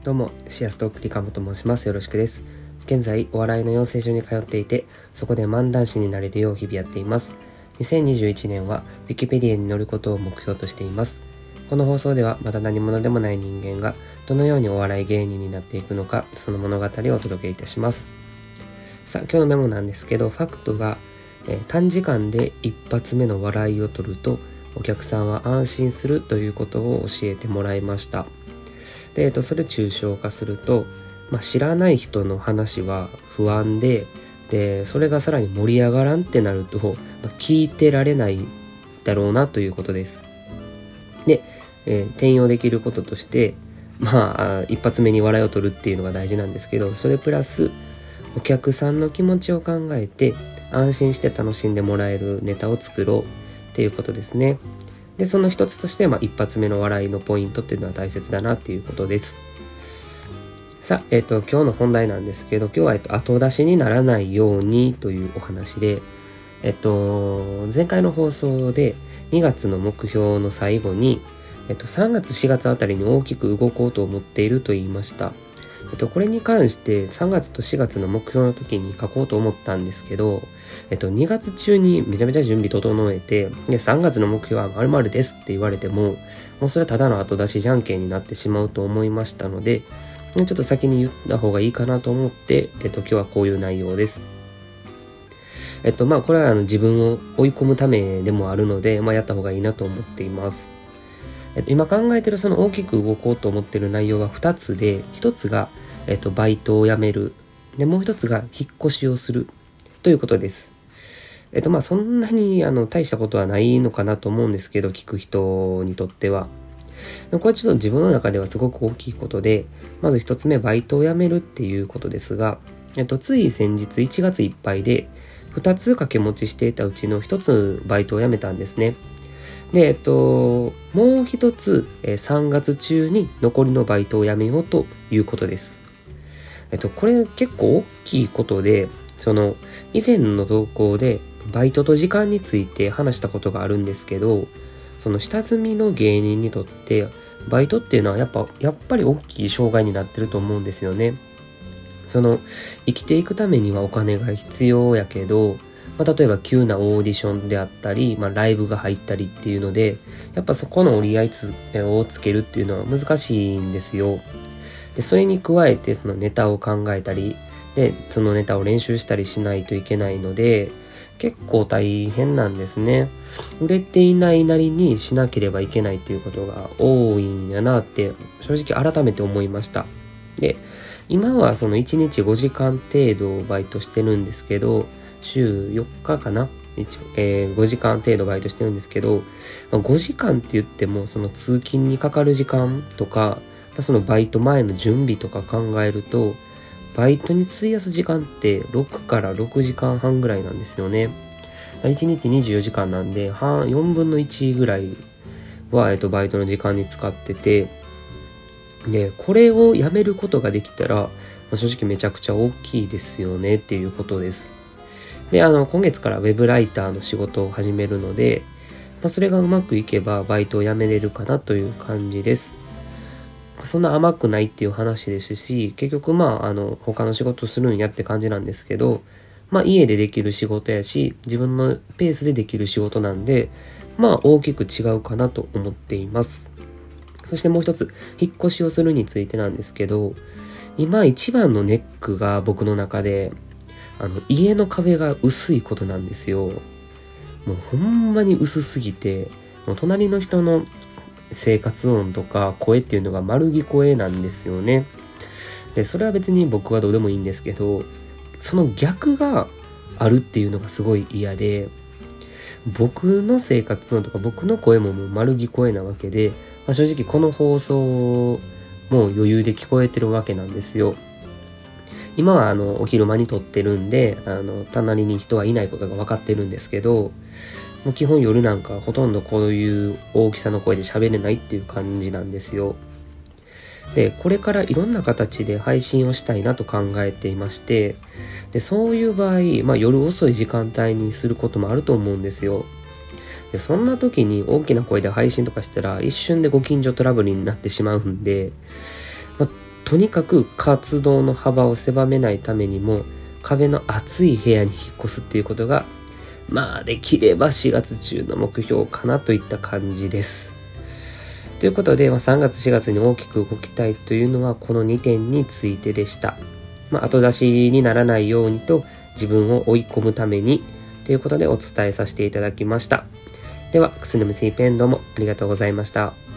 どうも、シアストークリカムと申します。よろしくです。現在、お笑いの養成所に通っていて、そこで漫談師になれるよう日々やっています。2021年は Wikipedia に載ることを目標としています。この放送では、まだ何者でもない人間がどのようにお笑い芸人になっていくのか、その物語をお届けいたします。さあ、今日のメモなんですけど、ファクトが、短時間で一発目の笑いを取ると、お客さんは安心するということを教えてもらいました。で、それ抽象化すると、知らない人の話は不安で、それがさらに盛り上がらんってなると、聞いてられないだろうなということです。で、転用できることとして、一発目に笑いを取るっていうのが大事なんですけど、それプラスお客さんの気持ちを考えて安心して楽しんでもらえるネタを作ろうっていうことですね。で、その一つとして、一発目の笑いのポイントっていうのは大切だなっていうことです。さあ、今日の本題なんですけど、今日は、後出しにならないようにというお話で、前回の放送で2月の目標の最後に、3月4月あたりに大きく動こうと思っていると言いました。これに関して3月と4月の目標の時に書こうと思ったんですけど、2月中にめちゃめちゃ準備整えて、で、3月の目標は〇〇ですって言われても、もうそれはただの後出しじゃんけんになってしまうと思いましたので、ちょっと先に言った方がいいかなと思って、今日はこういう内容です。これは自分を追い込むためでもあるので、やった方がいいなと思っています。今考えてるその大きく動こうと思ってる内容は2つで、1つが、バイトを辞める。で、もう1つが引っ越しをするということです。そんなに大したことはないのかなと思うんですけど、聞く人にとっては。これはちょっと自分の中ではすごく大きいことで、まず1つ目、バイトを辞めるっていうことですが、つい先日1月いっぱいで、2つ掛け持ちしていたうちの1つバイトを辞めたんですね。で、もう一つ、3月中に残りのバイトを辞めようということです。これ結構大きいことで、以前の投稿でバイトと時間について話したことがあるんですけど、その下積みの芸人にとって、バイトっていうのはやっぱり大きい障害になってると思うんですよね。生きていくためにはお金が必要やけど、例えば急なオーディションであったり、ライブが入ったりっていうので、やっぱそこの折り合いをつけるっていうのは難しいんですよ。で、それに加えてそのネタを考えたり、で、そのネタを練習したりしないといけないので、結構大変なんですね。売れていないなりにしなければいけないっていうことが多いんやなって正直改めて思いました。で、今はその1日5時間程度バイトしてるんですけど、週4日かな、5時間程度バイトしてるんですけど、5時間って言ってもその通勤にかかる時間とか、そのバイト前の準備とか考えると、バイトに費やす時間って6から6時間半ぐらいなんですよね。1日24時間なんで、4分の1ぐらいは、バイトの時間に使ってて、で、これをやめることができたら、正直めちゃくちゃ大きいですよねっていうことです。で、今月からウェブライターの仕事を始めるので、それがうまくいけばバイトを辞めれるかなという感じです。そんな甘くないっていう話ですし、結局他の仕事するんやって感じなんですけど、家でできる仕事やし、自分のペースでできる仕事なんで、大きく違うかなと思っています。そしてもう一つ、引っ越しをするについてなんですけど、今一番のネックが僕の中で、家の壁が薄いことなんですよ。もうほんまに薄すぎて、もう隣の人の生活音とか声っていうのが丸聞こえなんですよね。で、それは別に僕はどうでもいいんですけど、その逆があるっていうのがすごい嫌で、僕の生活音とか僕の声ももう丸聞こえなわけで、正直この放送も余裕で聞こえてるわけなんですよ。今はお昼間に撮ってるんで、隣に人はいないことが分かってるんですけど、もう基本夜なんかほとんどこういう大きさの声で喋れないっていう感じなんですよ。で、これからいろんな形で配信をしたいなと考えていまして、で、そういう場合、夜遅い時間帯にすることもあると思うんですよ。で、そんな時に大きな声で配信とかしたら一瞬でご近所トラブルになってしまうんで、 とにかく活動の幅を狭めないためにも壁の厚い部屋に引っ越すっていうことができれば4月中の目標かなといった感じです。ということで、3月4月に大きく動きたいというのはこの2点についてでした。後出しにならないようにと自分を追い込むためにということでお伝えさせていただきました。では、くすぬむ C ペンどうもありがとうございました。